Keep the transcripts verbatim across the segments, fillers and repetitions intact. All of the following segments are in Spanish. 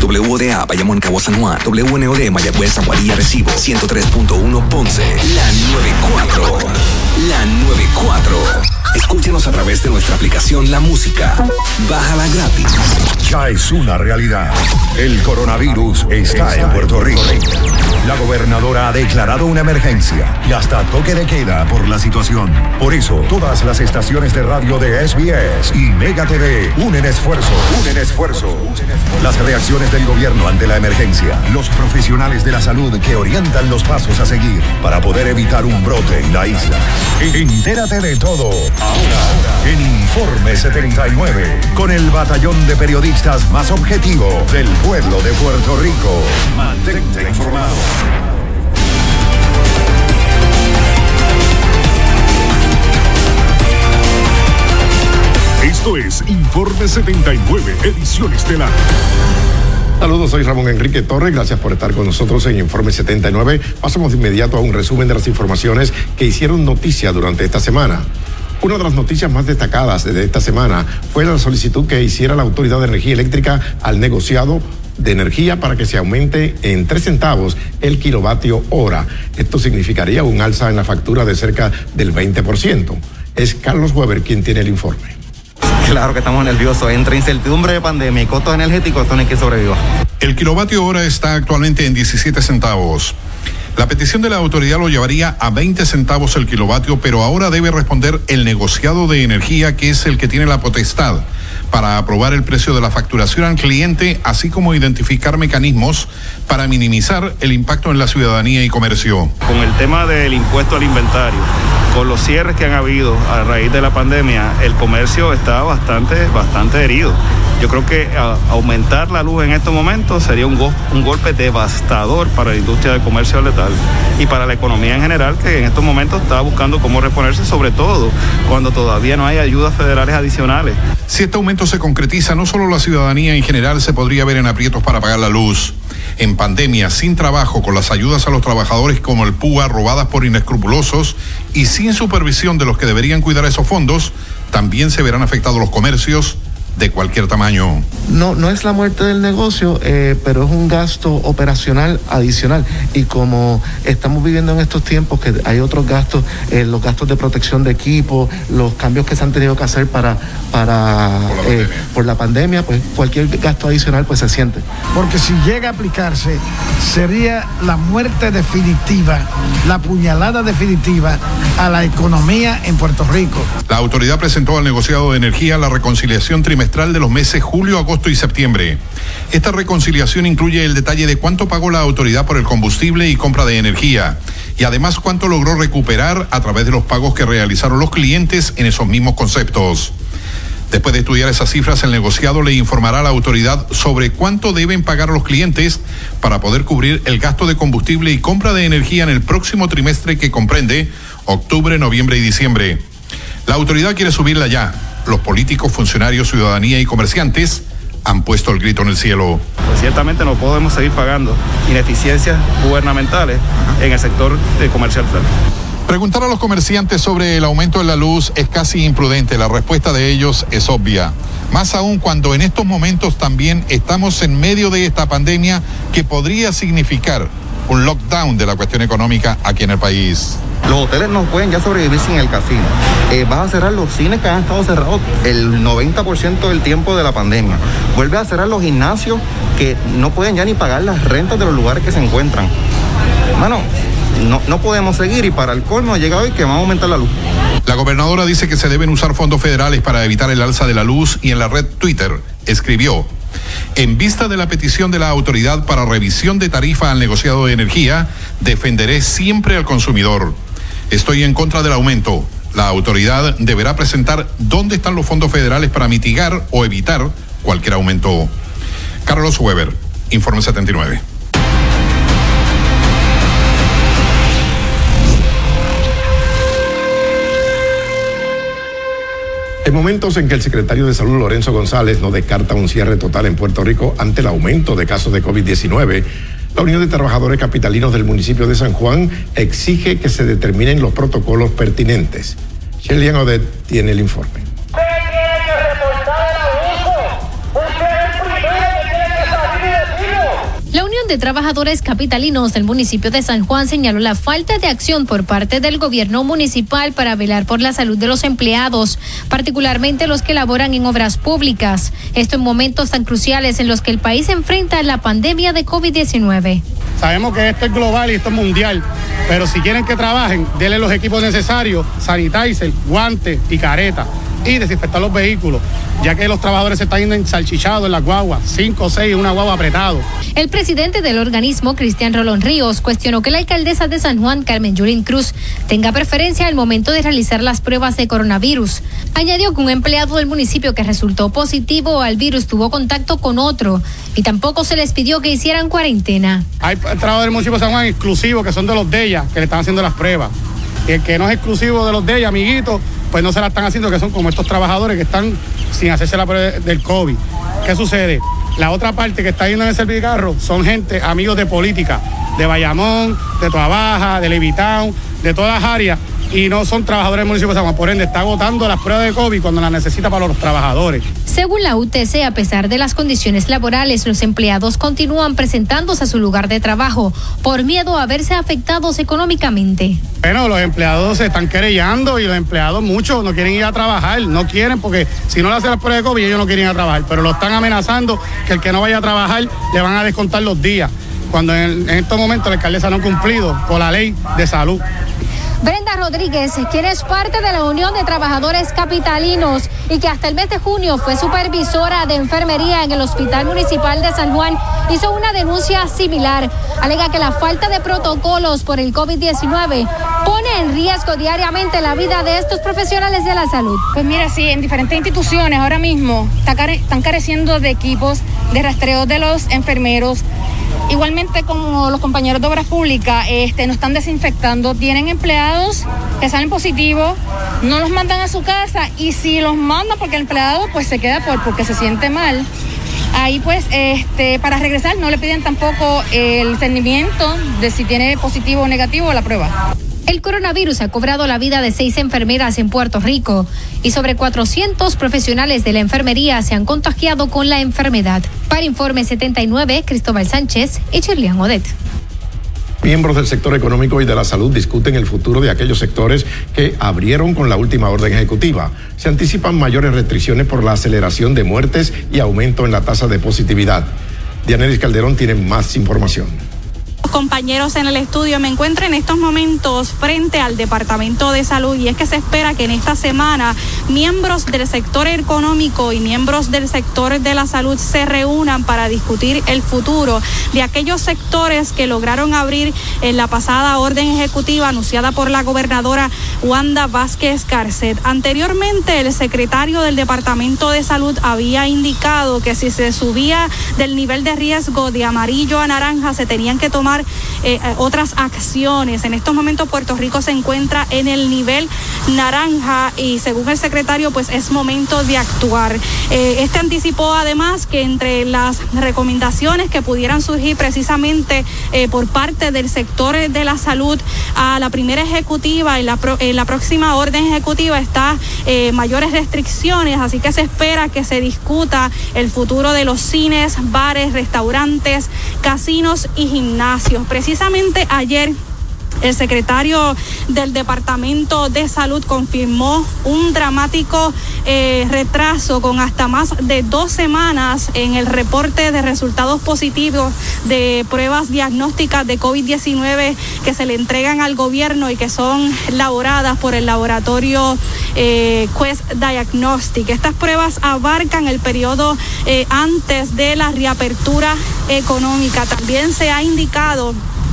W O D A Bayamón, Cabo San Juan, W N O D Mayagüez, Aguadilla, Arecibo, ciento tres punto uno Ponce, la noventa y cuatro. La noventa y cuatro. Escúchenos a través de nuestra aplicación La Música. Bájala gratis. Ya es una realidad. El coronavirus está en Puerto Rico. La gobernadora ha declarado una emergencia y hasta toque de queda por la situación. Por eso, todas las estaciones de radio de S B S y Mega T V unen esfuerzo, unen esfuerzo. Las reacciones del gobierno ante la emergencia, los profesionales de la salud que orientan los pasos a seguir para poder evitar un brote en la isla. Entérate de todo ahora en Informe setenta y nueve, con el batallón de periodistas más objetivo del pueblo de Puerto Rico. Mantente informado. Esto es Informe setenta y nueve, edición estelar. Saludos, soy Ramón Enrique Torres, gracias por estar con nosotros en Informe setenta y nueve. Pasamos de inmediato a un resumen de las informaciones que hicieron noticia durante esta semana. Una de las noticias más destacadas de esta semana fue la solicitud que hiciera la Autoridad de Energía Eléctrica al negociado de energía para que se aumente en tres centavos el kilovatio hora. Esto significaría un alza en la factura de cerca del veinte por ciento. Es Carlos Weber quien tiene el informe. Claro que estamos nerviosos. Entre incertidumbre de pandemia y costos energéticos, esto no hay que sobreviva. El kilovatio hora está actualmente en diecisiete centavos. La petición de la autoridad lo llevaría a veinte centavos el kilovatio, pero ahora debe responder el negociado de energía, que es el que tiene la potestad para aprobar el precio de la facturación al cliente, así como identificar mecanismos para minimizar el impacto en la ciudadanía y comercio. Con el tema del impuesto al inventario, con los cierres que han habido a raíz de la pandemia, el comercio está bastante, bastante herido. Yo creo que a, aumentar la luz en estos momentos sería un, go, un golpe devastador para la industria del comercio letal y para la economía en general, que en estos momentos está buscando cómo reponerse, sobre todo cuando todavía no hay ayudas federales adicionales. Si este aumento se concretiza, no solo la ciudadanía en general se podría ver en aprietos para pagar la luz. En pandemia, sin trabajo, con las ayudas a los trabajadores como el P U A robadas por inescrupulosos y sin supervisión de los que deberían cuidar esos fondos, también se verán afectados los comercios de cualquier tamaño. No, no es la muerte del negocio, eh, pero es un gasto operacional adicional. Y como estamos viviendo en estos tiempos que hay otros gastos, eh, los gastos de protección de equipo, los cambios que se han tenido que hacer para, para por, la eh, por la pandemia, pues cualquier gasto adicional pues se siente. Porque si llega a aplicarse, sería la muerte definitiva, la puñalada definitiva a la economía en Puerto Rico. La autoridad presentó al negociado de energía la reconciliación trimestral de los meses julio, agosto y septiembre. Esta reconciliación incluye el detalle de cuánto pagó la autoridad por el combustible y compra de energía, y además cuánto logró recuperar a través de los pagos que realizaron los clientes en esos mismos conceptos. Después de estudiar esas cifras, el negociado le informará a la autoridad sobre cuánto deben pagar los clientes para poder cubrir el gasto de combustible y compra de energía en el próximo trimestre, que comprende octubre, noviembre y diciembre. La autoridad quiere subirla ya. Los políticos, funcionarios, ciudadanía y comerciantes han puesto el grito en el cielo. Pues ciertamente no podemos seguir pagando ineficiencias gubernamentales en el sector de comercial. Preguntar a los comerciantes sobre el aumento de la luz es casi imprudente. La respuesta de ellos es obvia. Más aún cuando en estos momentos también estamos en medio de esta pandemia que podría significar un lockdown de la cuestión económica aquí en el país. Los hoteles no pueden ya sobrevivir sin el casino. Eh, vas a cerrar los cines que han estado cerrados el noventa por ciento del tiempo de la pandemia. Vuelve a cerrar los gimnasios que no pueden ya ni pagar las rentas de los lugares que se encuentran. Bueno, no, no podemos seguir, y para el colmo ha llegado hoy que va a aumentar la luz. La gobernadora dice que se deben usar fondos federales para evitar el alza de la luz, y en la red Twitter escribió: en vista de la petición de la autoridad para revisión de tarifa al negociado de energía, defenderé siempre al consumidor. Estoy en contra del aumento. La autoridad deberá presentar dónde están los fondos federales para mitigar o evitar cualquier aumento. Carlos Weber, Informe setenta y nueve. En momentos en que el secretario de Salud, Lorenzo González, no descarta un cierre total en Puerto Rico ante el aumento de casos de COVID diecinueve, la Unión de Trabajadores Capitalinos del municipio de San Juan exige que se determinen los protocolos pertinentes. Shelian Odette tiene el informe. Usted tiene que reportar el abuso. Usted es el primero que tiene que salir y decir Unión de Trabajadores Capitalinos del municipio de San Juan señaló la falta de acción por parte del gobierno municipal para velar por la salud de los empleados, particularmente los que laboran en obras públicas. Esto en momentos tan cruciales en los que el país enfrenta la pandemia de COVID diecinueve. Sabemos que esto es global y esto es mundial, pero si quieren que trabajen, denle los equipos necesarios, sanitizer, guantes y careta, y desinfectar los vehículos, ya que los trabajadores se están yendo ensalchichados en las guaguas, cinco o seis en una guagua apretado. El presidente del organismo, Cristian Rolón Ríos, cuestionó que la alcaldesa de San Juan, Carmen Yulín Cruz, tenga preferencia al momento de realizar las pruebas de coronavirus. Añadió que un empleado del municipio que resultó positivo al virus tuvo contacto con otro y tampoco se les pidió que hicieran cuarentena. Hay trabajadores del municipio de San Juan exclusivos que son de los de ella, que le están haciendo las pruebas. Y el que no es exclusivo de los de ella, amiguitos, pues no se la están haciendo, que son como estos trabajadores que están sin hacerse la prueba del COVID. ¿Qué sucede? La otra parte que está yendo en el servicarro son gente, amigos de política, de Bayamón, de Toa Baja, de Levitown, de todas las áreas, y no son trabajadores del municipio de San Juan. Por ende, está agotando las pruebas de COVID cuando las necesita para los trabajadores. Según la U T C, a pesar de las condiciones laborales, los empleados continúan presentándose a su lugar de trabajo por miedo a verse afectados económicamente. Bueno, los empleados se están querellando y los empleados muchos no quieren ir a trabajar, no quieren porque si no le hacen las pruebas de COVID ellos no quieren ir a trabajar, pero lo están amenazando que el que no vaya a trabajar le van a descontar los días, cuando en, en estos momentos la alcaldesa no ha cumplido con la ley de salud. Brenda Rodríguez, quien es parte de la Unión de Trabajadores Capitalinos y que hasta el mes de junio fue supervisora de enfermería en el Hospital Municipal de San Juan, hizo una denuncia similar. Alega que la falta de protocolos por el COVID diecinueve pone en riesgo diariamente la vida de estos profesionales de la salud. Pues mira, sí, en diferentes instituciones ahora mismo están careciendo de equipos, de rastreo de los enfermeros. Igualmente como los compañeros de obras públicas este, no están desinfectando, tienen empleados que salen positivos, no los mandan a su casa y si los mandan porque el empleado pues se queda por porque se siente mal, ahí pues este, para regresar no le piden tampoco el discernimiento de si tiene positivo o negativo la prueba. El coronavirus ha cobrado la vida de seis enfermeras en Puerto Rico y sobre cuatrocientos profesionales de la enfermería se han contagiado con la enfermedad. Para Informe setenta y nueve, Cristóbal Sánchez y Chirlian Odet. Miembros del sector económico y de la salud discuten el futuro de aquellos sectores que abrieron con la última orden ejecutiva. Se anticipan mayores restricciones por la aceleración de muertes y aumento en la tasa de positividad. Dianelis Calderón tiene más información. Compañeros en el estudio, me encuentro en estos momentos frente al Departamento de Salud y es que se espera que en esta semana miembros del sector económico y miembros del sector de la salud se reúnan para discutir el futuro de aquellos sectores que lograron abrir en la pasada orden ejecutiva anunciada por la gobernadora Wanda Vázquez Garcet. Anteriormente, el secretario del Departamento de Salud había indicado que si se subía del nivel de riesgo de amarillo a naranja se tenían que tomar Eh, otras acciones. En estos momentos Puerto Rico se encuentra en el nivel naranja y según el secretario pues es momento de actuar. Eh, este anticipó además que entre las recomendaciones que pudieran surgir precisamente eh, por parte del sector de la salud a la primera ejecutiva y la, pro, eh, la próxima orden ejecutiva está eh, mayores restricciones, así que se espera que se discuta el futuro de los cines, bares, restaurantes, casinos y gimnasios. Precisamente ayer el secretario del Departamento de Salud confirmó un dramático eh, retraso con hasta más de dos semanas en el reporte de resultados positivos de pruebas diagnósticas de COVID diecinueve que se le entregan al gobierno y que son elaboradas por el laboratorio eh, Quest Diagnostic. Estas pruebas abarcan el periodo eh, antes de la reapertura económica. También se ha indicado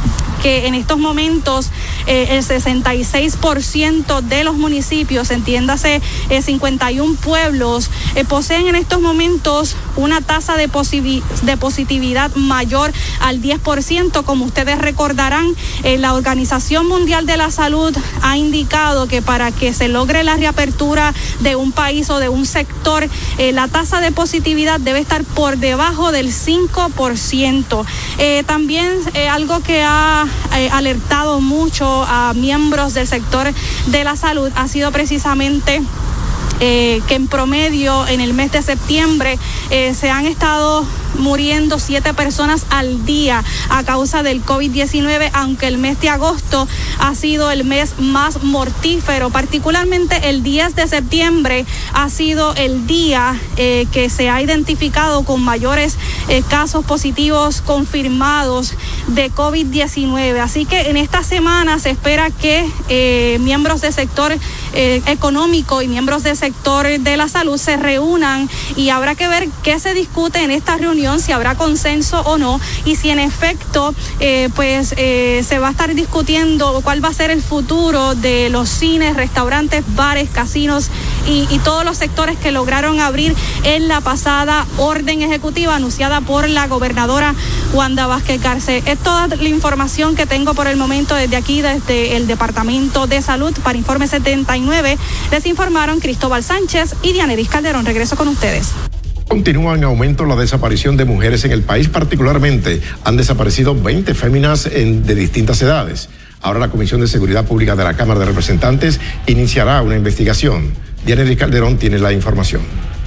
que en estos momentos eh, el sesenta y seis por ciento de los municipios, entiéndase eh, cincuenta y uno pueblos, eh, poseen en estos momentos una tasa de, posibi- de positividad mayor al diez por ciento. Como ustedes recordarán, eh, la Organización Mundial de la Salud ha indicado que para que se logre la reapertura de un país o de un sector, eh, la tasa de positividad debe estar por debajo del cinco por ciento. Eh, también eh, algo que ha Eh, alertado mucho a miembros del sector de la salud ha sido precisamente eh, que en promedio en el mes de septiembre eh, se han estado muriendo siete personas al día a causa del COVID diecinueve, aunque el mes de agosto ha sido el mes más mortífero. Particularmente el diez de septiembre ha sido el día eh, que se ha identificado con mayores eh, casos positivos confirmados de COVID diecinueve. Así que en esta semana se espera que eh, miembros del sector eh, económico y miembros del sector de la salud se reúnan, y habrá que ver qué se discute en esta reunión, si habrá consenso o no, y si en efecto eh, pues eh, se va a estar discutiendo cuál va a ser el futuro de los cines, restaurantes, bares, casinos y, y todos los sectores que lograron abrir en la pasada orden ejecutiva anunciada por la gobernadora Wanda Vázquez Garcet. Es toda la información que tengo por el momento desde aquí, desde el Departamento de Salud. Para Informe setenta y nueve, les informaron Cristóbal Sánchez y Dianeris Calderón. Regreso con ustedes. Continúa en aumento la desaparición de mujeres en el país. Particularmente han desaparecido veinte féminas en, de distintas edades. Ahora la Comisión de Seguridad Pública de la Cámara de Representantes iniciará una investigación. Dianeris Calderón tiene la información.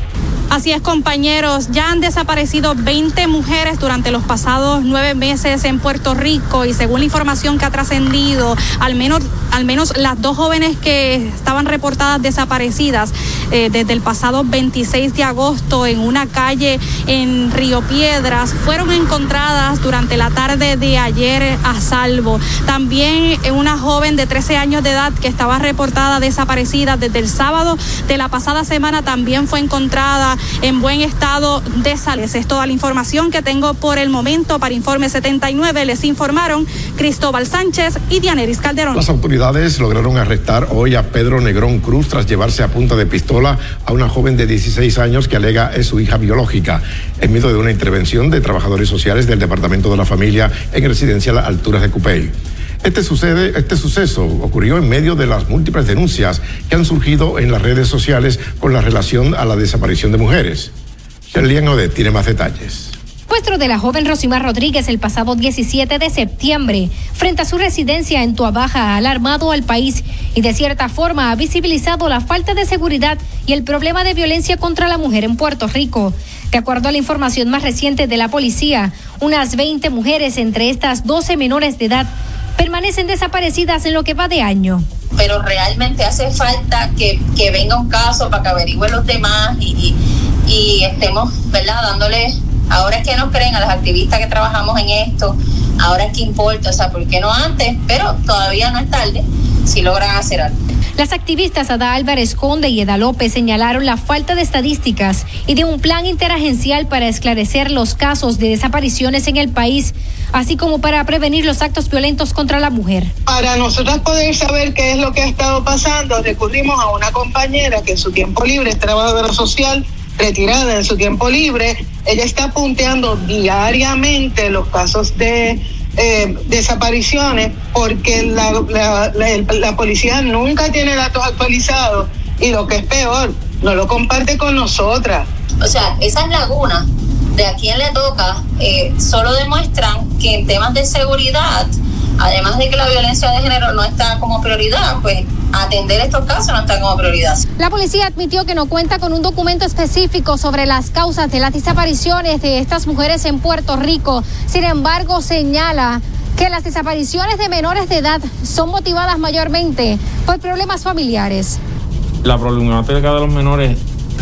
Así es, compañeros, ya han desaparecido veinte mujeres durante los pasados nueve meses en Puerto Rico, y según la información que ha trascendido, al menos, al menos las dos jóvenes que estaban reportadas desaparecidas eh, desde el pasado veintiséis de agosto en una calle en Río Piedras fueron encontradas durante la tarde de ayer a salvo. También una joven de trece años de edad que estaba reportada desaparecida desde el sábado de la pasada semana también fue encontrada en buen estado de salud. Es toda la información que tengo por el momento. Para Informe setenta y nueve les informaron Cristóbal Sánchez y Dianeris Calderón. Las autoridades lograron arrestar hoy a Pedro Negrón Cruz tras llevarse a punta de pistola a una joven de dieciséis años que alega es su hija biológica, en medio de una intervención de trabajadores sociales del Departamento de la Familia en el residencial Alturas de Cupey. Este, sucede, este suceso ocurrió en medio de las múltiples denuncias que han surgido en las redes sociales con la relación a la desaparición de mujeres. Sherlyn Odette tiene más detalles. Secuestro de la joven Rosimar Rodríguez el pasado diecisiete de septiembre frente a su residencia en Tuabaja ha alarmado al país y de cierta forma ha visibilizado la falta de seguridad y el problema de violencia contra la mujer en Puerto Rico. De acuerdo a la información más reciente de la policía, unas veinte mujeres, entre estas doce menores de edad, permanecen desaparecidas en lo que va de año. Pero realmente hace falta que, que venga un caso para que averigüen los demás y, y, y estemos, ¿verdad?, dándole, ahora es que nos creen a las activistas que trabajamos en esto, ahora es que importa, o sea, ¿por qué no antes? Pero todavía no es tarde si logran hacer algo. Las activistas Ada Álvarez Conde y Eda López señalaron la falta de estadísticas y de un plan interagencial para esclarecer los casos de desapariciones en el país, así como para prevenir los actos violentos contra la mujer. Para nosotros poder saber qué es lo que ha estado pasando, recurrimos a una compañera que en su tiempo libre es trabajadora social, retirada en su tiempo libre. Ella está punteando diariamente los casos de Eh, desapariciones porque la, la, la, la policía nunca tiene datos actualizados y lo que es peor, no lo comparte con nosotras. O sea, esas lagunas de a quién le toca eh, solo demuestran que en temas de seguridad, además de que la violencia de género no está como prioridad, pues atender estos casos no está como prioridad. La policía admitió que no cuenta con un documento específico sobre las causas de las desapariciones de estas mujeres en Puerto Rico. Sin embargo, señala que las desapariciones de menores de edad son motivadas mayormente por problemas familiares. La problemática de los menores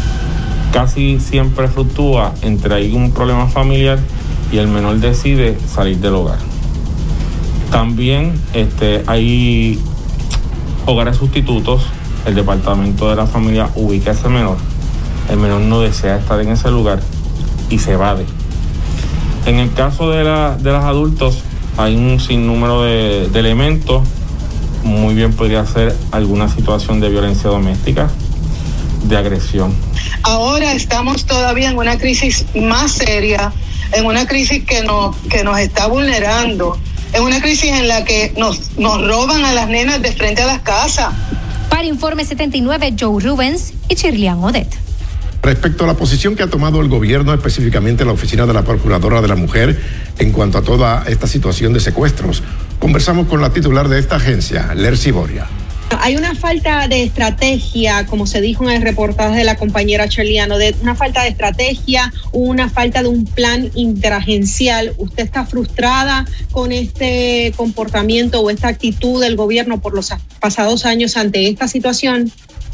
casi siempre fluctúa entre hay un problema familiar y el menor decide salir del hogar. También este, hay hogares sustitutos, el Departamento de la Familia ubica a ese menor, el menor no desea estar en ese lugar y se evade. En el caso de, la, de los adultos hay un sinnúmero de, de elementos, muy bien podría ser alguna situación de violencia doméstica, de agresión. Ahora estamos todavía en una crisis más seria, en una crisis que nos, que nos está vulnerando. Es una crisis en la que nos, nos roban a las nenas de frente a las casas. Para Informe setenta y nueve, Joe Rubens y Sherlyn Odette. Respecto a la posición que ha tomado el gobierno, específicamente la Oficina de la Procuradora de la Mujer, en cuanto a toda esta situación de secuestros, conversamos con la titular de esta agencia, Lercy Boria. Hay una falta de estrategia, como se dijo en el reportaje de la compañera Charliano, de una falta de estrategia, una falta de un plan interagencial. ¿Usted está frustrada con este comportamiento o esta actitud del gobierno por los pasados años ante esta situación?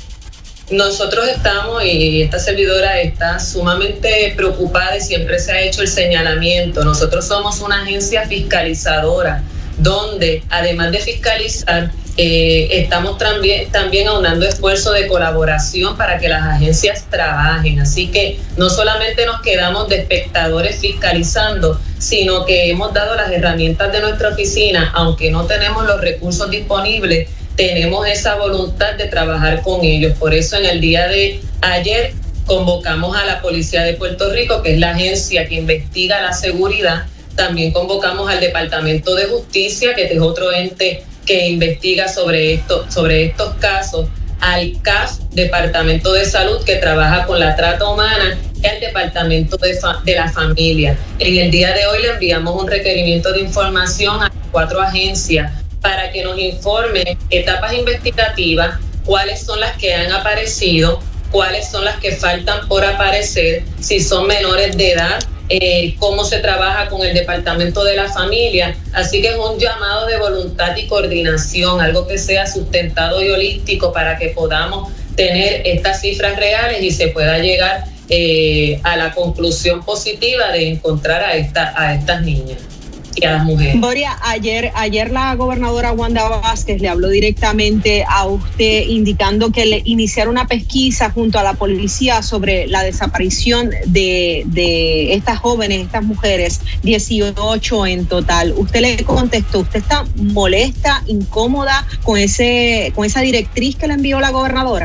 Nosotros estamos, y esta servidora está sumamente preocupada y siempre se ha hecho el señalamiento. Nosotros somos una agencia fiscalizadora donde, además de fiscalizar, eh, estamos también, también aunando esfuerzos de colaboración para que las agencias trabajen. Así que no solamente nos quedamos de espectadores fiscalizando, sino que hemos dado las herramientas de nuestra oficina, aunque no tenemos los recursos disponibles, tenemos esa voluntad de trabajar con ellos. Por eso en el día de ayer convocamos a la Policía de Puerto Rico, que es la agencia que investiga la seguridad. También convocamos al Departamento de Justicia, que es otro ente que investiga sobre esto, sobre estos casos, al C A F, Departamento de Salud, que trabaja con la trata humana, y al Departamento de, fa- de la Familia. En el día de hoy le enviamos un requerimiento de información a cuatro agencias para que nos informen etapas investigativas, cuáles son las que han aparecido, cuáles son las que faltan por aparecer, si son menores de edad, eh, cómo se trabaja con el Departamento de la Familia. Así que es un llamado de voluntad y coordinación, algo que sea sustentado y holístico para que podamos tener estas cifras reales y se pueda llegar eh, a la conclusión positiva de encontrar a, esta, a estas niñas y a las mujeres. Boria, ayer, ayer la gobernadora Wanda Vázquez le habló directamente a usted indicando que le iniciara una pesquisa junto a la policía sobre la desaparición de, de estas jóvenes, estas mujeres, dieciocho en total. Usted le contestó, ¿usted está molesta, incómoda con ese, con esa directriz que le envió la gobernadora?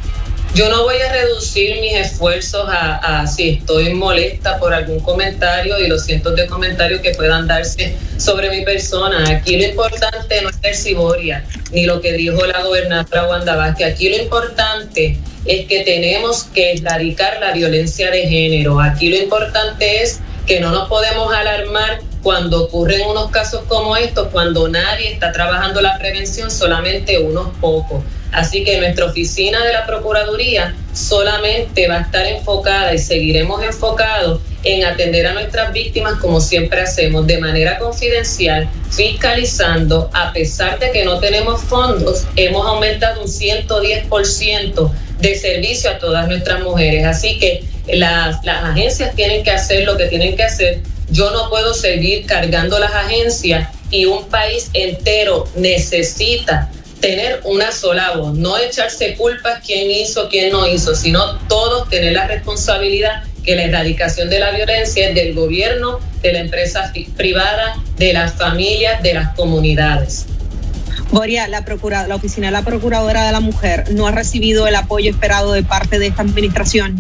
Yo no voy a reducir mis esfuerzos a, a si estoy molesta por algún comentario y los cientos de comentarios que puedan darse sobre mi persona. Aquí lo importante no es el Ciboria, ni lo que dijo la gobernadora Wanda Vázquez. Aquí lo importante es que tenemos que erradicar la violencia de género. Aquí lo importante es que no nos podemos alarmar cuando ocurren unos casos como estos, cuando nadie está trabajando la prevención, solamente unos pocos. Así que nuestra oficina de la Procuraduría solamente va a estar enfocada y seguiremos enfocados en atender a nuestras víctimas como siempre hacemos, de manera confidencial, fiscalizando. A pesar de que no tenemos fondos, hemos aumentado un ciento diez por ciento de servicio a todas nuestras mujeres. Así que las, las agencias tienen que hacer lo que tienen que hacer. Yo no puedo seguir cargando las agencias y un país entero necesita tener una sola voz, no echarse culpas quién hizo, quién no hizo, sino todos tener la responsabilidad que la erradicación de la violencia es del gobierno, de la empresa privada, de las familias, de las comunidades. Boria, la, procura, la oficina de la Procuradora de la Mujer no ha recibido el apoyo esperado de parte de esta administración.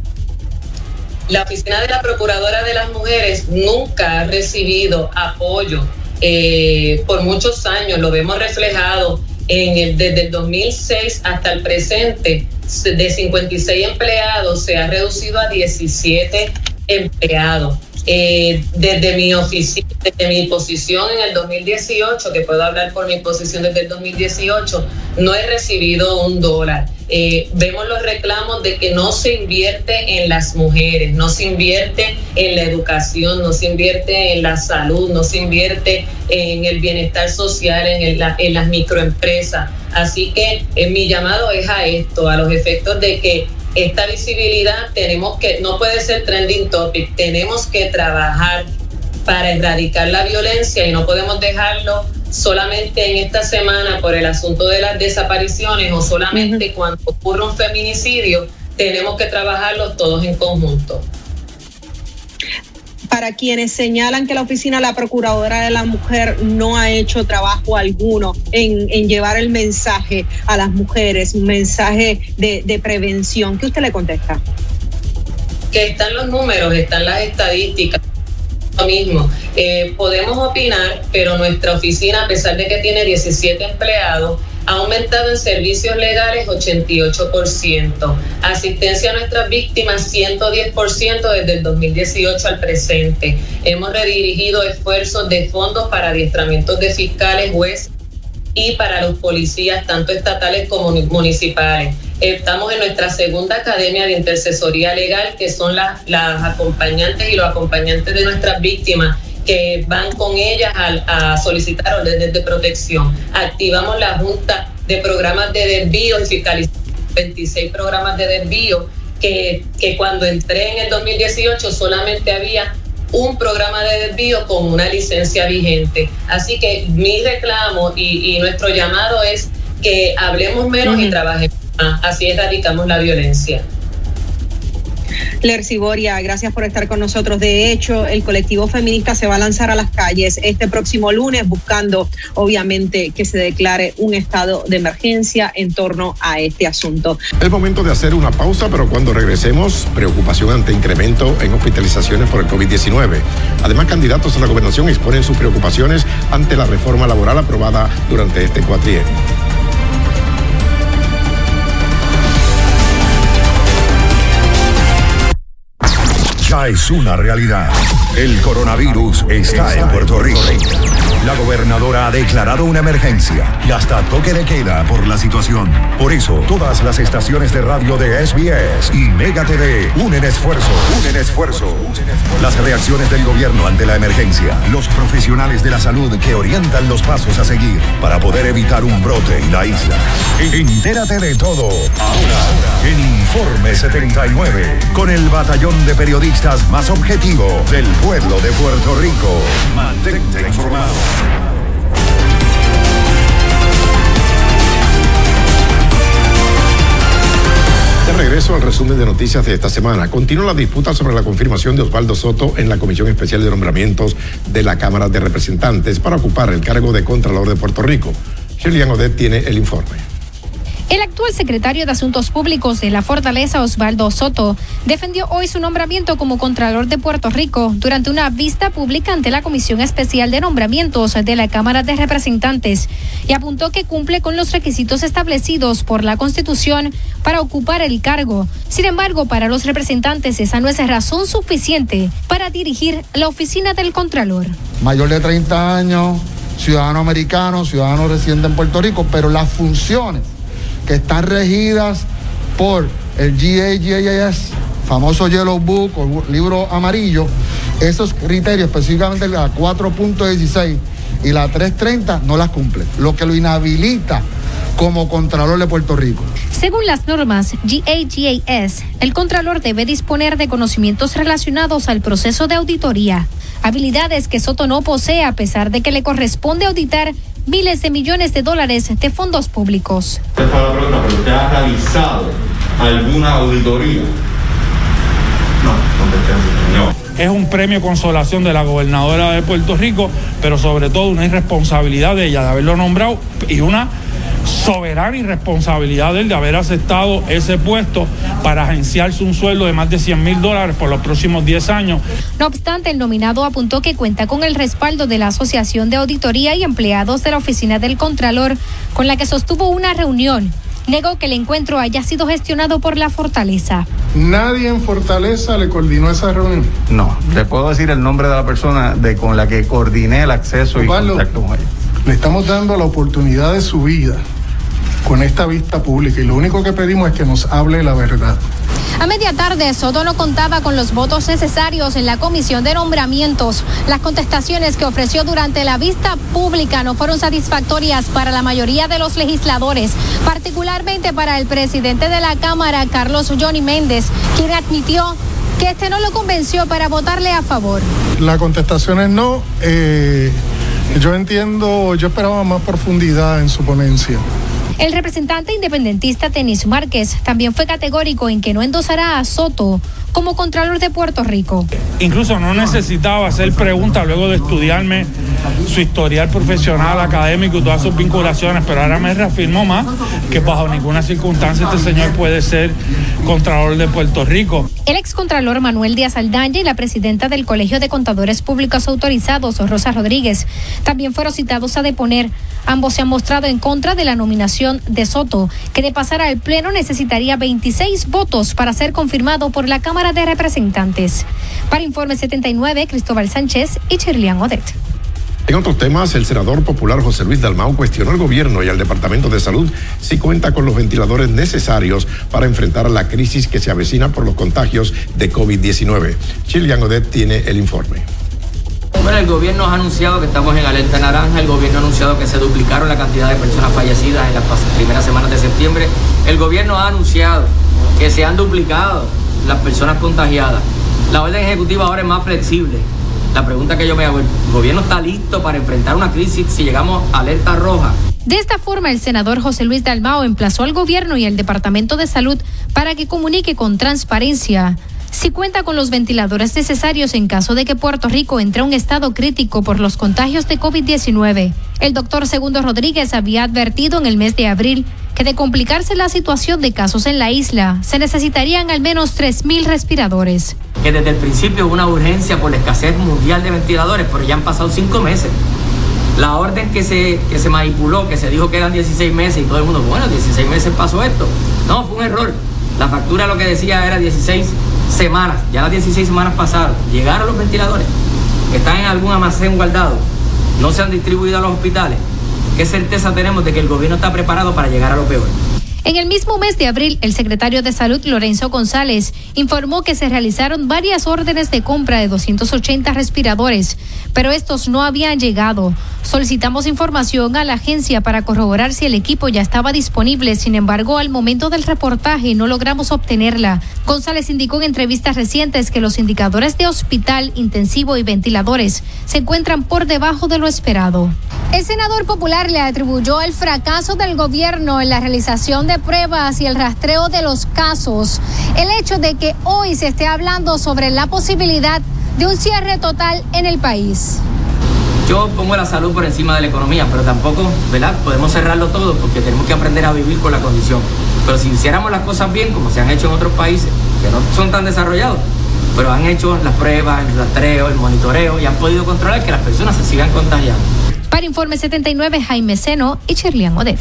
La oficina de la Procuradora de las Mujeres nunca ha recibido apoyo eh, por muchos años, lo vemos reflejado en el, desde el dos mil seis hasta el presente, de cincuenta y seis empleados se ha reducido a diecisiete empleados. Eh, desde mi oficina, desde mi posición en el dos mil dieciocho, que puedo hablar por mi posición desde el dos mil dieciocho, no he recibido un dólar. Eh, vemos los reclamos de que no se invierte en las mujeres, no se invierte en la educación, no se invierte en la salud, no se invierte en el bienestar social, en, el, en las microempresas. Así que eh, mi llamado es a esto, a los efectos de que esta visibilidad tenemos que, no puede ser trending topic, tenemos que trabajar para erradicar la violencia y no podemos dejarlo solamente en esta semana por el asunto de las desapariciones o solamente uh-huh. cuando ocurre un feminicidio. Tenemos que trabajarlos todos en conjunto. Para quienes señalan que la oficina de la Procuradora de la Mujer no ha hecho trabajo alguno en, en llevar el mensaje a las mujeres, un mensaje de, de prevención, ¿qué usted le contesta? Que están los números, están las estadísticas. Lo mismo, eh, podemos opinar, pero nuestra oficina, a pesar de que tiene diecisiete empleados, ha aumentado en servicios legales ochenta y ocho por ciento, asistencia a nuestras víctimas ciento diez por ciento desde el dos mil dieciocho al presente. Hemos redirigido esfuerzos de fondos para adiestramientos de fiscales, jueces y para los policías, tanto estatales como municipales. Estamos en nuestra segunda academia de intercesoría legal, que son las, las acompañantes y los acompañantes de nuestras víctimas, que van con ellas a, a solicitar órdenes de protección. Activamos la Junta de Programas de Desvío y fiscalizamos veintiséis programas de desvío, que, que cuando entré en el dos mil dieciocho solamente había un programa de desvío con una licencia vigente. Así que mi reclamo y, y nuestro llamado es que hablemos menos uh-huh. y trabajemos más. Así erradicamos la violencia. Lercy Boria, gracias por estar con nosotros. De hecho, el colectivo feminista se va a lanzar a las calles este próximo lunes buscando, obviamente, que se declare un estado de emergencia en torno a este asunto. Es momento de hacer una pausa, pero cuando regresemos, preocupación ante incremento en hospitalizaciones por el COVID diecinueve. Además, candidatos a la gobernación exponen sus preocupaciones ante la reforma laboral aprobada durante este cuatrienio. Ya es una realidad. El coronavirus está en Puerto Rico. La gobernadora ha declarado una emergencia y hasta toque de queda por la situación. Por eso, todas las estaciones de radio de S B S y Mega T V unen esfuerzo, unen esfuerzo. Las reacciones del gobierno ante la emergencia, los profesionales de la salud que orientan los pasos a seguir para poder evitar un brote en la isla. Entérate de todo ahora en Informe setenta y nueve, con el batallón de periodistas más objetivo del pueblo de Puerto Rico. Mantente informado. De regreso al resumen de noticias de esta semana. Continúa la disputa sobre la confirmación de Osvaldo Soto en la Comisión Especial de Nombramientos de la Cámara de Representantes para ocupar el cargo de Contralor de Puerto Rico. Shirlian Odette tiene el informe. El actual secretario de Asuntos Públicos de la Fortaleza, Osvaldo Soto, defendió hoy su nombramiento como Contralor de Puerto Rico durante una vista pública ante la Comisión Especial de Nombramientos de la Cámara de Representantes y apuntó que cumple con los requisitos establecidos por la Constitución para ocupar el cargo. Sin embargo, para los representantes esa no es razón suficiente para dirigir la oficina del Contralor. Mayor de treinta años, ciudadano americano, ciudadano residente en Puerto Rico, pero las funciones que están regidas por el G A G A S, famoso Yellow Book o libro amarillo, esos criterios, específicamente la cuatro punto dieciséis y la tres treinta, no las cumple, lo que lo inhabilita como Contralor de Puerto Rico. Según las normas G A G A S, el Contralor debe disponer de conocimientos relacionados al proceso de auditoría, habilidades que Soto no posee a pesar de que le corresponde auditar miles de millones de dólares de fondos públicos. Esta es la pregunta, ¿pero usted ha realizado alguna auditoría? No, no, no. Es un premio consolación de la gobernadora de Puerto Rico, pero sobre todo una irresponsabilidad de ella de haberlo nombrado y una soberana irresponsabilidad de él de haber aceptado ese puesto para agenciarse un sueldo de más de cien mil dólares por los próximos diez años. No obstante, el nominado apuntó que cuenta con el respaldo de la Asociación de Auditoría y Empleados de la Oficina del Contralor, con la que sostuvo una reunión. Negó que el encuentro haya sido gestionado por la Fortaleza. ¿Nadie en Fortaleza le coordinó esa reunión? No, le puedo decir el nombre de la persona de con la que coordiné el acceso y Pablo, contacto con ella. Le estamos dando la oportunidad de su vida con esta vista pública y lo único que pedimos es que nos hable la verdad. A media tarde, Soto no contaba con los votos necesarios en la Comisión de Nombramientos. Las contestaciones que ofreció durante la vista pública no fueron satisfactorias para la mayoría de los legisladores, particularmente para el presidente de la Cámara, Carlos Johnny Méndez, quien admitió que este no lo convenció para votarle a favor. La contestación es no. Eh, yo entiendo, yo esperaba más profundidad en su ponencia. El representante independentista Tenis Márquez también fue categórico en que no endosará a Soto como Contralor de Puerto Rico. Incluso no necesitaba hacer preguntas luego de estudiarme su historial profesional, académico y todas sus vinculaciones, pero ahora me reafirmó más que bajo ninguna circunstancia este señor puede ser Contralor de Puerto Rico. El excontralor Manuel Díaz Aldaña y la presidenta del Colegio de Contadores Públicos Autorizados, Rosa Rodríguez, también fueron citados a deponer. Ambos se han mostrado en contra de la nominación de Soto, que de pasar al Pleno necesitaría veintiséis votos para ser confirmado por la Cámara de Representantes. Para Informe setenta y nueve, Cristóbal Sánchez y Shirlian Odette. En otros temas, el senador popular José Luis Dalmau cuestionó al gobierno y al Departamento de Salud si cuenta con los ventiladores necesarios para enfrentar la crisis que se avecina por los contagios de COVID diecinueve. Chilian Odet tiene el informe. Bueno, el gobierno ha anunciado que estamos en alerta naranja, el gobierno ha anunciado que se duplicaron la cantidad de personas fallecidas en las primeras semanas de septiembre, el gobierno ha anunciado que se han duplicado las personas contagiadas. La orden ejecutiva ahora es más flexible. La pregunta que yo me hago, ¿el gobierno está listo para enfrentar una crisis si llegamos a alerta roja? De esta forma, el senador José Luis Dalmau emplazó al gobierno y al Departamento de Salud para que comunique con transparencia si cuenta con los ventiladores necesarios en caso de que Puerto Rico entre a un estado crítico por los contagios de COVID diecinueve. El doctor Segundo Rodríguez había advertido en el mes de abril que de complicarse la situación de casos en la isla, se necesitarían al menos tres mil respiradores. Que desde el principio hubo una urgencia por la escasez mundial de ventiladores, pero ya han pasado cinco meses. La orden que se, que se manipuló, que se dijo que eran dieciséis meses y todo el mundo, bueno, dieciséis meses pasó esto. No, fue un error. La factura lo que decía era dieciséis semanas, ya las dieciséis semanas pasaron. Llegaron los ventiladores, están en algún almacén guardado, no se han distribuido a los hospitales. ¿Qué certeza tenemos de que el gobierno está preparado para llegar a lo peor? En el mismo mes de abril, el secretario de Salud, Lorenzo González, informó que se realizaron varias órdenes de compra de doscientos ochenta respiradores, pero estos no habían llegado. Solicitamos información a la agencia para corroborar si el equipo ya estaba disponible, sin embargo, al momento del reportaje no logramos obtenerla. González indicó en entrevistas recientes que los indicadores de hospital, intensivo y ventiladores se encuentran por debajo de lo esperado. El senador popular le atribuyó el fracaso del gobierno en la realización de pruebas y el rastreo de los casos el hecho de que hoy se esté hablando sobre la posibilidad de un cierre total en el país. Yo pongo la salud por encima de la economía, pero tampoco, ¿verdad?, podemos cerrarlo todo porque tenemos que aprender a vivir con la condición. Pero si hiciéramos las cosas bien, como se han hecho en otros países que no son tan desarrollados, pero han hecho las pruebas, el rastreo, el monitoreo y han podido controlar que las personas se sigan contagiando. Para Informe setenta y nueve, Jaime Seno y Chirlian Odet.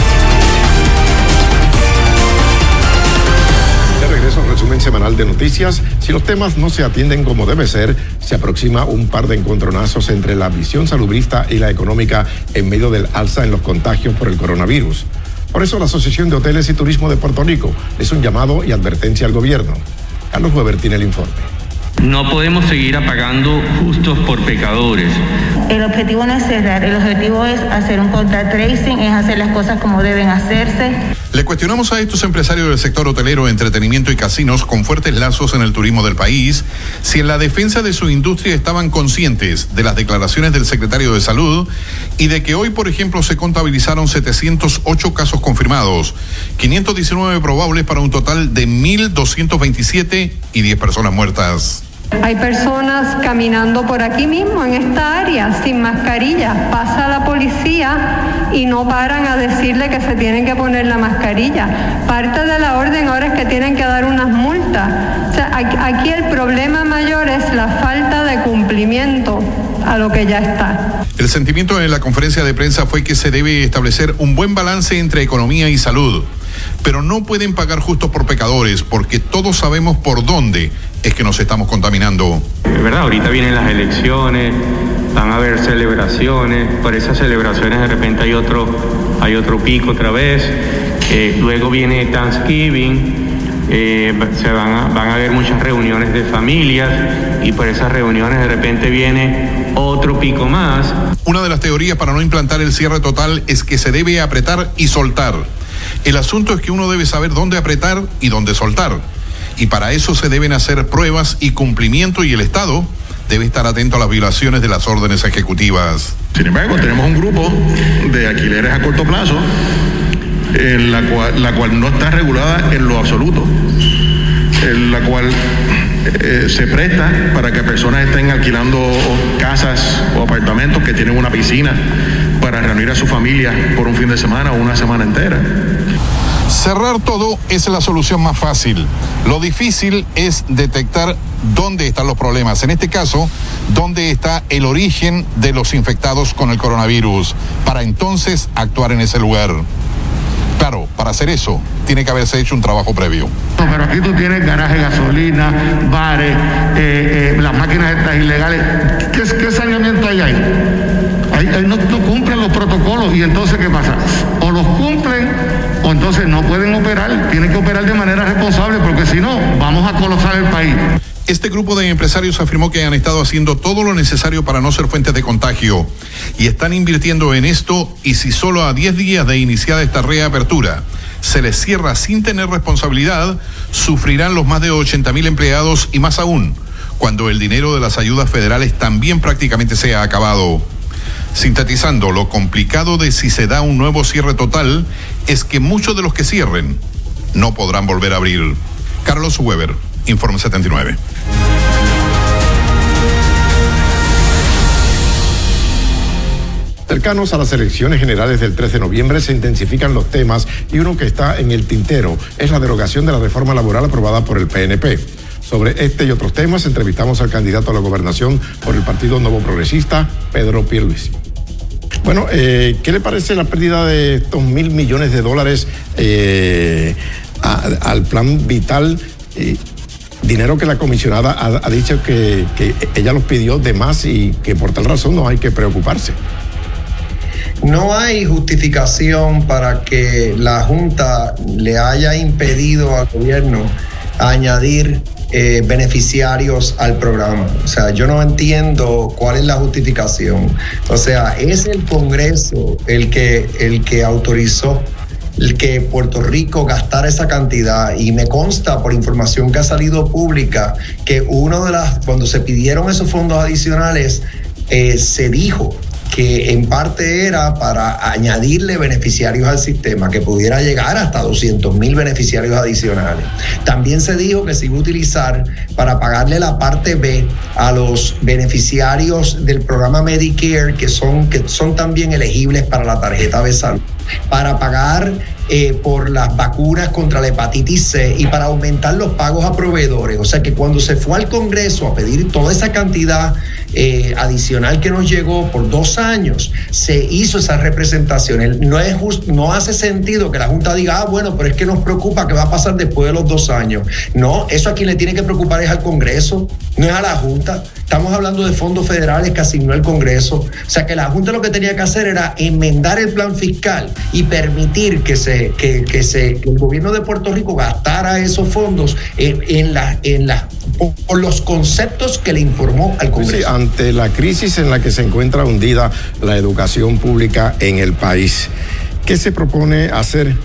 De regreso al resumen semanal de noticias. Si los temas no se atienden como debe ser, se aproxima un par de encontronazos entre la visión salubrista y la económica en medio del alza en los contagios por el coronavirus. Por eso la Asociación de Hoteles y Turismo de Puerto Rico es un llamado y advertencia al gobierno. Carlos Weber tiene el informe. No podemos seguir apagando justos por pecadores. El objetivo no es cerrar, el objetivo es hacer un contact tracing, es hacer las cosas como deben hacerse. Le cuestionamos a estos empresarios del sector hotelero, entretenimiento y casinos con fuertes lazos en el turismo del país si en la defensa de su industria estaban conscientes de las declaraciones del secretario de Salud y de que hoy, por ejemplo, se contabilizaron setecientos ocho casos confirmados, quinientos diecinueve probables para un total de mil doscientos veintisiete y diez personas muertas. Hay personas caminando por aquí mismo, en esta área, sin mascarilla. Pasa la policía y no paran a decirle que se tienen que poner la mascarilla. Parte de la orden ahora es que tienen que dar unas multas. O sea, aquí el problema mayor es la falta de cumplimiento a lo que ya está. El sentimiento en la conferencia de prensa fue que se debe establecer un buen balance entre economía y salud, pero no pueden pagar justos por pecadores porque todos sabemos por dónde es que nos estamos contaminando. Es verdad, ahorita vienen las elecciones, van a haber celebraciones, por esas celebraciones de repente hay otro, hay otro pico otra vez, eh, luego viene Thanksgiving, eh, se van a, van a haber muchas reuniones de familias y por esas reuniones de repente viene otro pico más. Una de las teorías para no implantar el cierre total es que se debe apretar y soltar. El asunto es que uno debe saber dónde apretar y dónde soltar. Y para eso se deben hacer pruebas y cumplimiento y el Estado debe estar atento a las violaciones de las órdenes ejecutivas. Sin embargo, tenemos un grupo de alquileres a corto plazo, en la cual, la cual no está regulada en lo absoluto, en la cual eh, se presta para que personas estén alquilando casas o apartamentos que tienen una piscina para reunir a su familia por un fin de semana o una semana entera. Cerrar todo es la solución más fácil. Lo difícil es detectar dónde están los problemas. En este caso, dónde está el origen de los infectados con el coronavirus, para entonces actuar en ese lugar. Claro, para hacer eso, tiene que haberse hecho un trabajo previo. Pero aquí tú tienes garaje de gasolina, bares, eh, eh, las máquinas estas ilegales. ¿Qué, qué saneamiento hay ahí? eh, no, no cumplen los protocolos y entonces ¿qué pasa? O los cumplen o entonces no pueden operar, tienen que operar de manera responsable porque si no vamos a colapsar el país. Este grupo de empresarios afirmó que han estado haciendo todo lo necesario para no ser fuentes de contagio y están invirtiendo en esto, y si solo a diez días de iniciada esta reapertura se les cierra sin tener responsabilidad, sufrirán los más de ochenta mil empleados y más aún cuando el dinero de las ayudas federales también prácticamente se ha acabado. Sintetizando, lo complicado de si se da un nuevo cierre total es que muchos de los que cierren no podrán volver a abrir. Carlos Weber, Informe setenta y nueve. Cercanos a las elecciones generales del tres de noviembre se intensifican los temas y uno que está en el tintero es la derogación de la reforma laboral aprobada por el P N P. Sobre este y otros temas entrevistamos al candidato a la gobernación por el Partido Nuevo Progresista, Pedro Pierluisi. Bueno, eh, ¿qué le parece la pérdida de estos mil millones de dólares eh, a, al plan vital? Eh, dinero que la comisionada ha, ha dicho que, que ella los pidió de más y que por tal razón no hay que preocuparse. No hay justificación para que la Junta le haya impedido al gobierno añadir eh, beneficiarios al programa. O sea, yo no entiendo cuál es la justificación. O sea, es el Congreso el que, el que autorizó el que Puerto Rico gastara esa cantidad, y me consta por información que ha salido pública que uno de las, cuando se pidieron esos fondos adicionales, eh, se dijo que en parte era para añadirle beneficiarios al sistema, que pudiera llegar hasta doscientos mil beneficiarios adicionales. También se dijo que se iba a utilizar para pagarle la parte B a los beneficiarios del programa Medicare, que son, que son también elegibles para la tarjeta de salud, para pagar eh, por las vacunas contra la hepatitis C y para aumentar los pagos a proveedores. O sea que cuando se fue al Congreso a pedir toda esa cantidad eh, adicional que nos llegó por dos años, se hizo esa representación. No es just, no hace sentido que la Junta diga, ah, bueno, pero es que nos preocupa qué va a pasar después de los dos años. No, eso a quien le tiene que preocupar es al Congreso, no es a la Junta. Estamos hablando de fondos federales que asignó el Congreso. O sea que la Junta lo que tenía que hacer era enmendar el plan fiscal y permitir que se que, que se que el gobierno de Puerto Rico gastara esos fondos en, en la en la por los conceptos que le informó al Congreso. Sí, ante la crisis en la que se encuentra hundida la educación pública en el país, ¿qué se propone hacer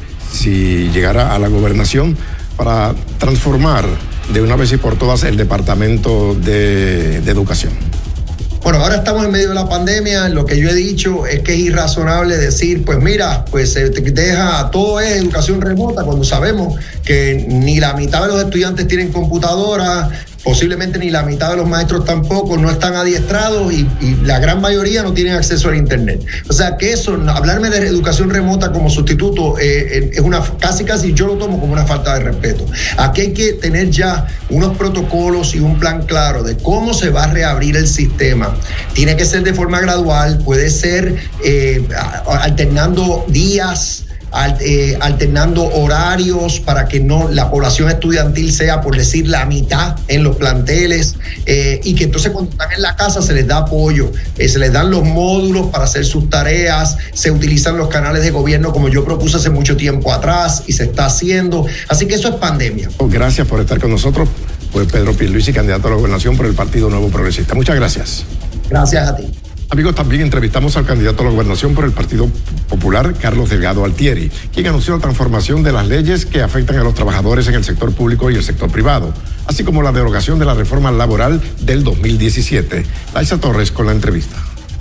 si llegara a la gobernación para transformar de una vez y por todas el Departamento de, de Educación? Bueno, ahora estamos en medio de la pandemia. Lo que yo he dicho es que es irrazonable decir, pues mira, pues se deja, todo es educación remota, cuando sabemos que ni la mitad de los estudiantes tienen computadora, posiblemente ni la mitad de los maestros tampoco, no están adiestrados y, y la gran mayoría no tienen acceso al internet. O sea que eso, hablarme de educación remota como sustituto eh, es una, casi casi yo lo tomo como una falta de respeto. Aquí hay que tener ya unos protocolos y un plan claro de cómo se va a reabrir el sistema. Tiene que ser de forma gradual, puede ser eh, alternando días, Eh, alternando horarios para que no la población estudiantil sea, por decir, la mitad en los planteles, eh, y que entonces cuando están en la casa se les da apoyo, eh, se les dan los módulos para hacer sus tareas, se utilizan los canales de gobierno como yo propuse hace mucho tiempo atrás y se está haciendo. Así que eso es pandemia. Gracias por estar con nosotros. Pues Pedro Pierluisi, candidato a la gobernación por el Partido Nuevo Progresista. Muchas gracias. Gracias a ti. Amigos, también entrevistamos al candidato a la gobernación por el Partido Popular, Carlos Delgado Altieri, quien anunció la transformación de las leyes que afectan a los trabajadores en el sector público y el sector privado, así como la derogación de la reforma laboral del dos mil diecisiete. Laisa Torres con la entrevista.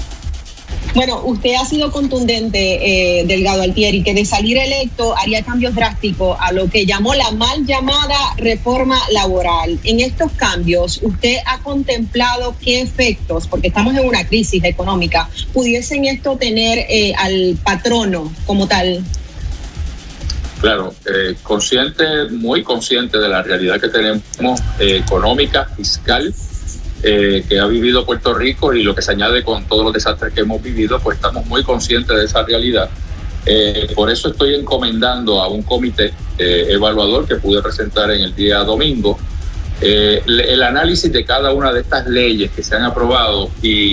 Bueno, usted ha sido contundente, eh, Delgado Altieri, que de salir electo haría cambios drásticos a lo que llamó la mal llamada reforma laboral. En estos cambios, ¿usted ha contemplado qué efectos, porque estamos en una crisis económica, pudiesen esto tener eh, al patrono como tal? Claro, eh, consciente, muy consciente de la realidad que tenemos eh, económica, fiscal, Eh, que ha vivido Puerto Rico, y lo que se añade con todos los desastres que hemos vivido, pues estamos muy conscientes de esa realidad. Eh, por eso estoy encomendando a un comité eh, evaluador que pude presentar en el día domingo eh, el análisis de cada una de estas leyes que se han aprobado y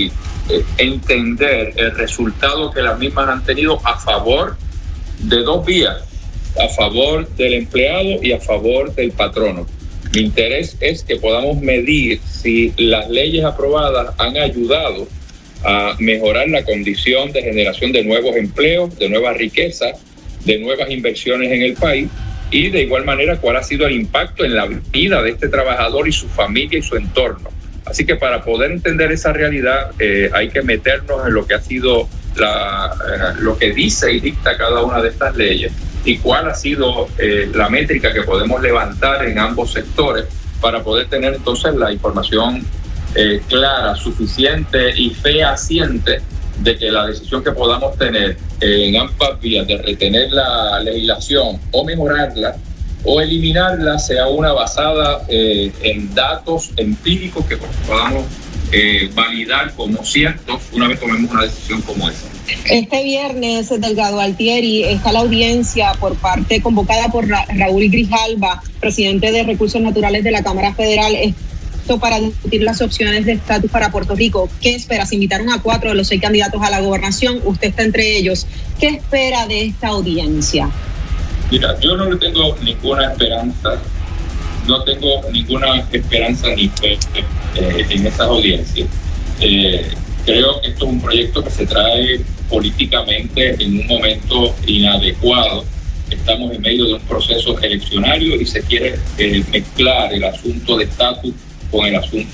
eh, entender el resultado que las mismas han tenido a favor de dos vías, a favor del empleado y a favor del patrono. Mi interés es que podamos medir si las leyes aprobadas han ayudado a mejorar la condición de generación de nuevos empleos, de nueva riqueza, de nuevas inversiones en el país, y de igual manera cuál ha sido el impacto en la vida de este trabajador y su familia y su entorno. Así que para poder entender esa realidad eh, hay que meternos en lo que ha sido la, eh, lo que dice y dicta cada una de estas leyes y cuál ha sido eh, la métrica que podemos levantar en ambos sectores para poder tener entonces la información eh, clara, suficiente y fehaciente de que la decisión que podamos tener eh, en ambas vías de retener la legislación o mejorarla o eliminarla sea una basada eh, en datos empíricos que podamos eh, validar como ciertos una vez tomemos una decisión como esa. Este viernes, Delgado Altieri, está la audiencia por parte convocada por Ra- Raúl Grijalva, presidente de Recursos Naturales de la Cámara Federal, esto para discutir las opciones de estatus para Puerto Rico. ¿Qué espera? Se invitaron a cuatro de los seis candidatos a la gobernación, usted está entre ellos. ¿Qué espera de esta audiencia? Mira, yo no le tengo ninguna esperanza, no tengo ninguna esperanza ni fe eh, en estas audiencias. Eh, creo que esto es un proyecto que se trae políticamente en un momento inadecuado. Estamos en medio de un proceso eleccionario y se quiere eh, mezclar el asunto de estatus con el asunto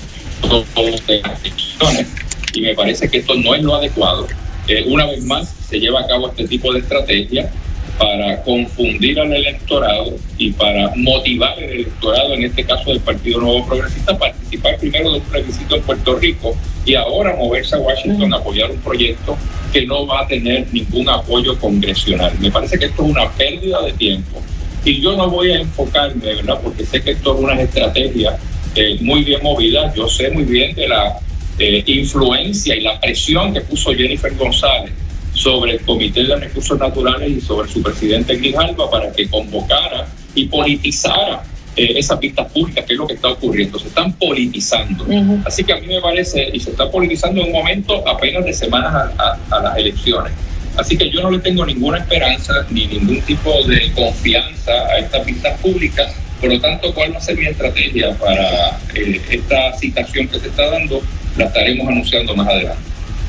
de las elecciones, y me parece que esto no es lo adecuado. Eh, una vez más se lleva a cabo este tipo de estrategia para confundir al electorado y para motivar al electorado, en este caso del Partido Nuevo Progresista, a participar primero de un plebiscito en Puerto Rico y ahora moverse a Washington a apoyar un proyecto que no va a tener ningún apoyo congresional. Me parece que esto es una pérdida de tiempo y yo no voy a enfocarme, ¿verdad? Porque sé que esto es una estrategia eh, muy bien movida. Yo sé muy bien de la eh, influencia y la presión que puso Jennifer González sobre el Comité de Recursos Naturales y sobre su presidente Grijalva para que convocara y politizara eh, esas pistas públicas, que es lo que está ocurriendo. Se están politizando. Uh-huh. Así que a mí me parece, y se está politizando en un momento apenas de semanas a, a, a las elecciones. Así que yo no le tengo ninguna esperanza ni ningún tipo de confianza a estas pistas públicas. Por lo tanto, ¿cuál va a ser mi estrategia para eh, esta citación que se está dando? La estaremos anunciando más adelante.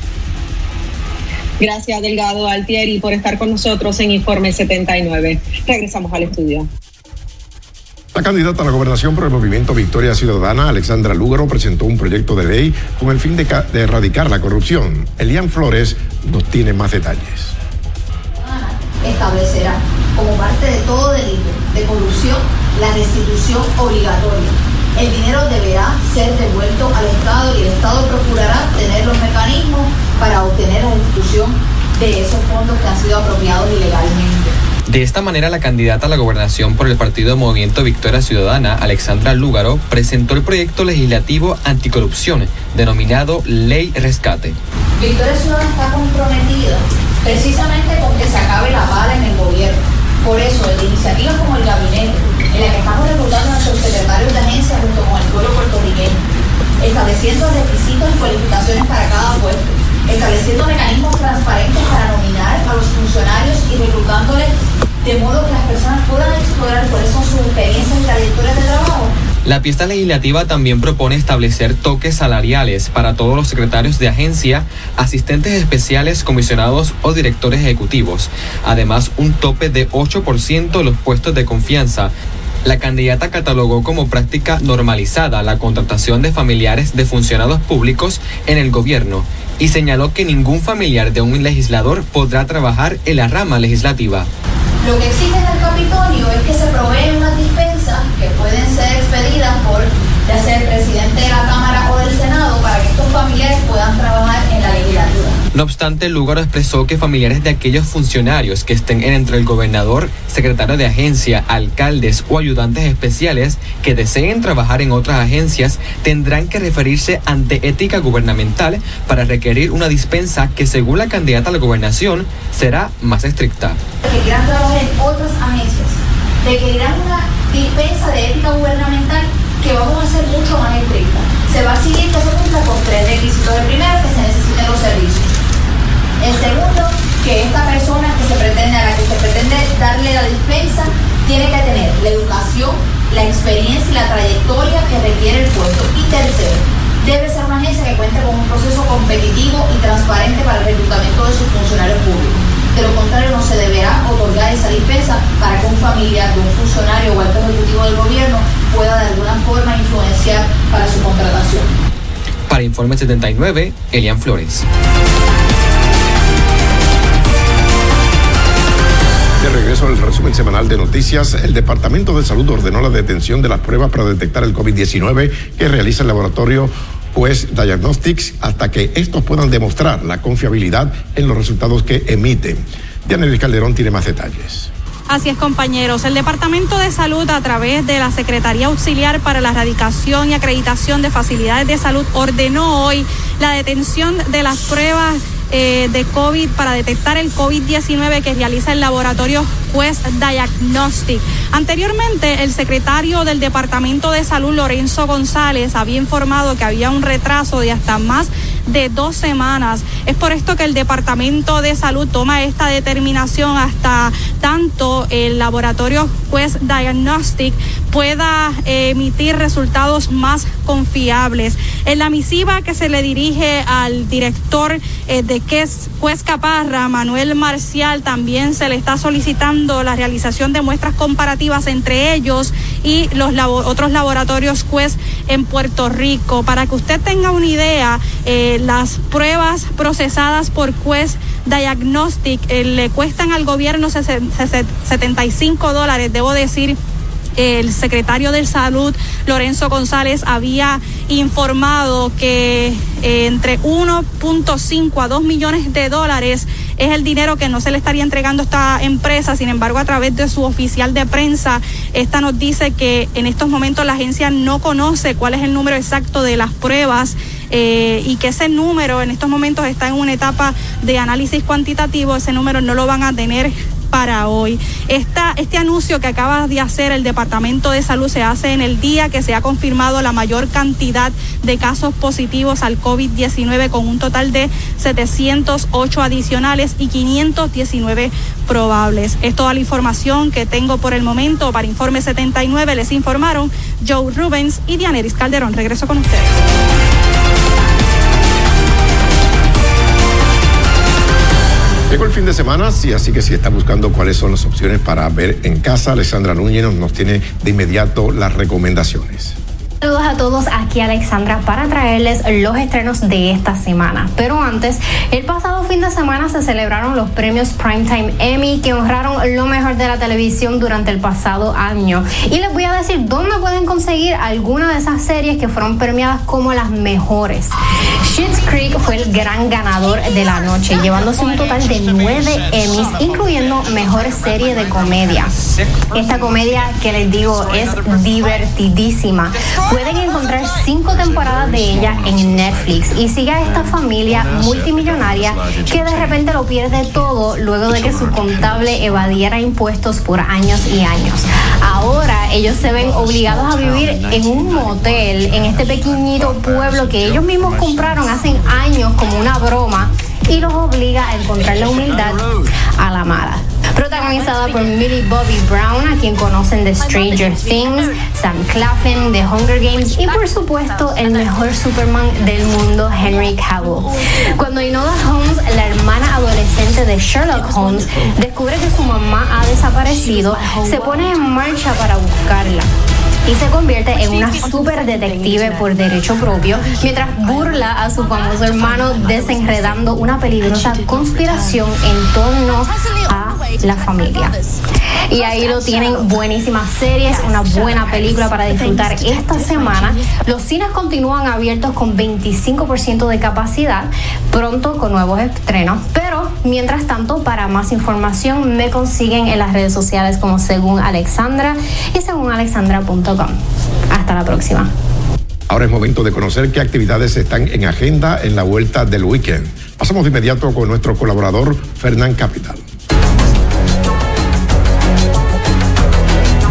Gracias, Delgado Altieri, por estar con nosotros en Informe setenta y nueve. Regresamos al estudio. La candidata a la gobernación por el movimiento Victoria Ciudadana, Alexandra Lúgaro, presentó un proyecto de ley con el fin de, ca- de erradicar la corrupción. Elian Flores nos tiene más detalles. Establecerá como parte de todo delito de corrupción la restitución obligatoria. El dinero deberá ser devuelto al Estado y el Estado procurará tener los mecanismos para obtener la restitución de esos fondos que han sido apropiados ilegalmente. De esta manera, la candidata a la gobernación por el partido Movimiento Victoria Ciudadana, Alexandra Lúgaro, presentó el proyecto legislativo anticorrupción, denominado Ley Rescate. Victoria Ciudadana está comprometida precisamente con que se acabe la bala en el gobierno. Por eso, de iniciativas como el gabinete, en la que estamos reclutando a nuestros secretarios de agencia junto con el pueblo puertorriqueño, estableciendo requisitos y cualificaciones para cada puesto, estableciendo mecanismos transparentes para nominar a los funcionarios y reclutándoles de modo que las personas puedan explorar cuáles son sus experiencias y trayectorias de trabajo. La pieza legislativa también propone establecer toques salariales para todos los secretarios de agencia, asistentes especiales, comisionados o directores ejecutivos. Además, un tope de ocho por ciento de los puestos de confianza. La candidata catalogó como práctica normalizada la contratación de familiares de funcionarios públicos en el gobierno y señaló que ningún familiar de un legislador podrá trabajar en la rama legislativa. Lo que exige en el Capitolio es que se proveen unas dispensas que pueden ser expedidas por ya sea el presidente de la Cámara o del Senado para que estos familiares puedan trabajar en la legislatura. No obstante, Lúgaro expresó que familiares de aquellos funcionarios que estén entre el gobernador, secretario de agencia, alcaldes o ayudantes especiales que deseen trabajar en otras agencias tendrán que referirse ante ética gubernamental para requerir una dispensa que, según la candidata a la gobernación, será más estricta. Que quieran trabajar en otras agencias requerirán una dispensa de ética gubernamental que vamos a hacer mucho más estricta. Se va a exigir que se cumpla con tres requisitos. El primero, que se necesiten los servicios. El segundo, que esta persona que se pretende, a la que se pretende darle la dispensa, tiene que tener la educación, la experiencia y la trayectoria que requiere el puesto. Y tercero, debe ser una agencia que cuente con un proceso competitivo y transparente para el reclutamiento de sus funcionarios públicos. De lo contrario, no se deberá otorgar esa dispensa para que un familiar de un funcionario o alto ejecutivo del gobierno pueda de alguna forma influenciar para su contratación. Para Informe setenta y nueve, Elian Flores. De regreso al resumen semanal de noticias, el Departamento de Salud ordenó la detención de las pruebas para detectar el COVID diecinueve que realiza el laboratorio Quest Diagnostics hasta que estos puedan demostrar la confiabilidad en los resultados que emiten. Dianeris Calderón tiene más detalles. Así es, compañeros. El Departamento de Salud, a través de la Secretaría Auxiliar para la Erradicación y Acreditación de Facilidades de Salud, ordenó hoy la detención de las pruebas eh, de COVID para detectar el COVID diecinueve que realiza el laboratorio Quest Diagnostic. Anteriormente, el secretario del Departamento de Salud, Lorenzo González, había informado que había un retraso de hasta más de dos semanas. Es por esto que el Departamento de Salud toma esta determinación hasta tanto el laboratorio Quest Diagnostic pueda eh, emitir resultados más confiables. En la misiva que se le dirige al director eh, de Quest, Quest Caparra, Manuel Marcial, también se le está solicitando la realización de muestras comparativas entre ellos y los labo- otros laboratorios Quest en Puerto Rico. Para que usted tenga una idea, eh, las pruebas procesadas por Quest Diagnostic eh, le cuestan al gobierno setenta y cinco dólares. Debo decir, el secretario de Salud, Lorenzo González, había informado que eh, entre uno punto cinco a dos millones de dólares es el dinero que no se le estaría entregando a esta empresa. Sin embargo, a través de su oficial de prensa, esta nos dice que en estos momentos la agencia no conoce cuál es el número exacto de las pruebas eh, y que ese número en estos momentos está en una etapa de análisis cuantitativo. Ese número no lo van a tener para hoy. Esta, este anuncio que acaba de hacer el Departamento de Salud se hace en el día que se ha confirmado la mayor cantidad de casos positivos al COVID diecinueve, con un total de setecientos ocho adicionales y quinientos diecinueve probables. Es toda la información que tengo por el momento. Para Informe setenta y nueve les informaron Joe Rubens y Dianeris Calderón. Regreso con ustedes. Llegó el fin de semana, sí, así que si está buscando cuáles son las opciones para ver en casa, Alexandra Núñez nos tiene de inmediato las recomendaciones. Saludos a todos, aquí Alexandra para traerles los estrenos de esta semana. Pero antes, el pasado fin de semana se celebraron los premios Primetime Emmy, que honraron lo mejor de la televisión durante el pasado año. Y les voy a decir dónde pueden conseguir alguna de esas series que fueron premiadas como las mejores. Schitt's Creek fue el gran ganador de la noche, llevándose un total de nueve Emmys, incluyendo mejor serie de comedia. Esta comedia, que les digo, es divertidísima. Pueden encontrar cinco temporadas de ella en Netflix y sigue a esta familia multimillonaria que de repente lo pierde todo luego de que su contable evadiera impuestos por años y años. Ahora ellos se ven obligados a vivir en un motel en este pequeñito pueblo que ellos mismos compraron hace años como una broma, y los obliga a encontrar la humildad a la mala. Protagonizada por Millie Bobby Brown, a quien conocen de Stranger Things, Sam Claflin de Hunger Games y por supuesto el mejor Superman del mundo, Henry Cavill. Cuando Enola Holmes, la hermana adolescente de Sherlock Holmes, descubre que su mamá ha desaparecido, se pone en marcha para buscarla y se convierte en una super detective por derecho propio, mientras burla a su famoso hermano, desenredando una peligrosa conspiración en torno a la familia. Y ahí lo tienen, buenísimas series, una buena película para disfrutar esta semana. Los cines continúan abiertos con veinticinco por ciento de capacidad, pronto con nuevos estrenos, pero mientras tanto, para más información me consiguen en las redes sociales como Según Alexandra y según alexandra punto com. Hasta la próxima. Ahora es momento de conocer qué actividades están en agenda en la vuelta del weekend. Pasamos de inmediato con nuestro colaborador Fernán Capital.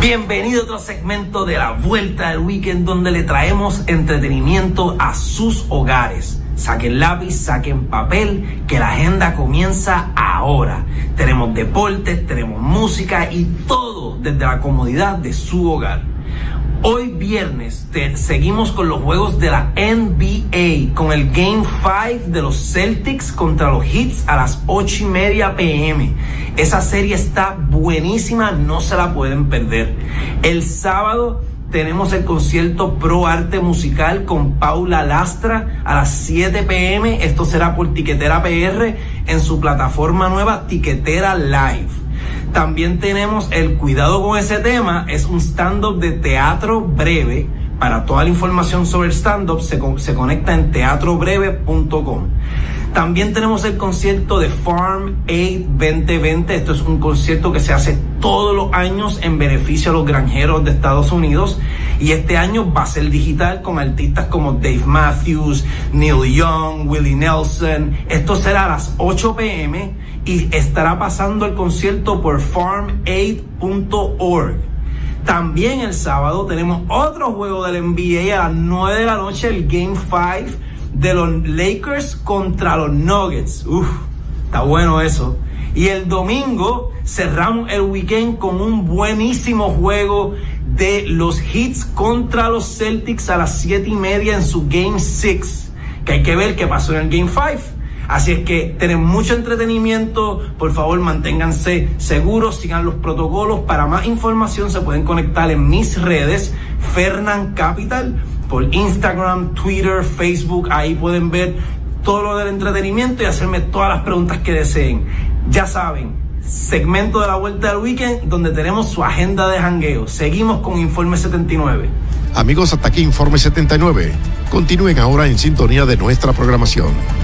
Bienvenido a otro segmento de la Vuelta del Weekend, donde le traemos entretenimiento a sus hogares. Saquen lápiz, saquen papel, que la agenda comienza ahora. Tenemos deportes, tenemos música y todo desde la comodidad de su hogar. Hoy viernes te, seguimos con los juegos de la N B A, con el Game cinco de los Celtics contra los Heat a las ocho y media p m Esa serie está buenísima, no se la pueden perder. El sábado tenemos el concierto Pro Arte Musical con Paula Lastra a las siete p m Esto será por Tiquetera P R en su plataforma nueva Tiquetera Live. También tenemos el Cuidado con ese tema, es un stand-up de teatro breve. Para toda la información sobre el stand-up se, se conecta en teatro breve punto com. También tenemos el concierto de Farm Aid veinte veinte. Esto es un concierto que se hace todos los años en beneficio a los granjeros de Estados Unidos. Y este año va a ser digital con artistas como Dave Matthews, Neil Young, Willie Nelson. Esto será a las ocho p m y estará pasando el concierto por farm aid punto org. También el sábado tenemos otro juego del N B A a las nueve de la noche, el Game cinco de los Lakers contra los Nuggets. Uf, está bueno eso. Y el domingo cerramos el weekend con un buenísimo juego de los Heat contra los Celtics a las siete y media en su Game seis, que hay que ver qué pasó en el Game cinco. Así es que tenemos mucho entretenimiento. Por favor, manténganse seguros, sigan los protocolos. Para más información se pueden conectar en mis redes, Fernan Capital, por Instagram, Twitter, Facebook. Ahí pueden ver todo lo del entretenimiento y hacerme todas las preguntas que deseen. Ya saben, segmento de la Vuelta del Weekend, donde tenemos su agenda de jangueo. Seguimos con Informe setenta y nueve. Amigos, hasta aquí Informe setenta y nueve. Continúen ahora en sintonía de nuestra programación.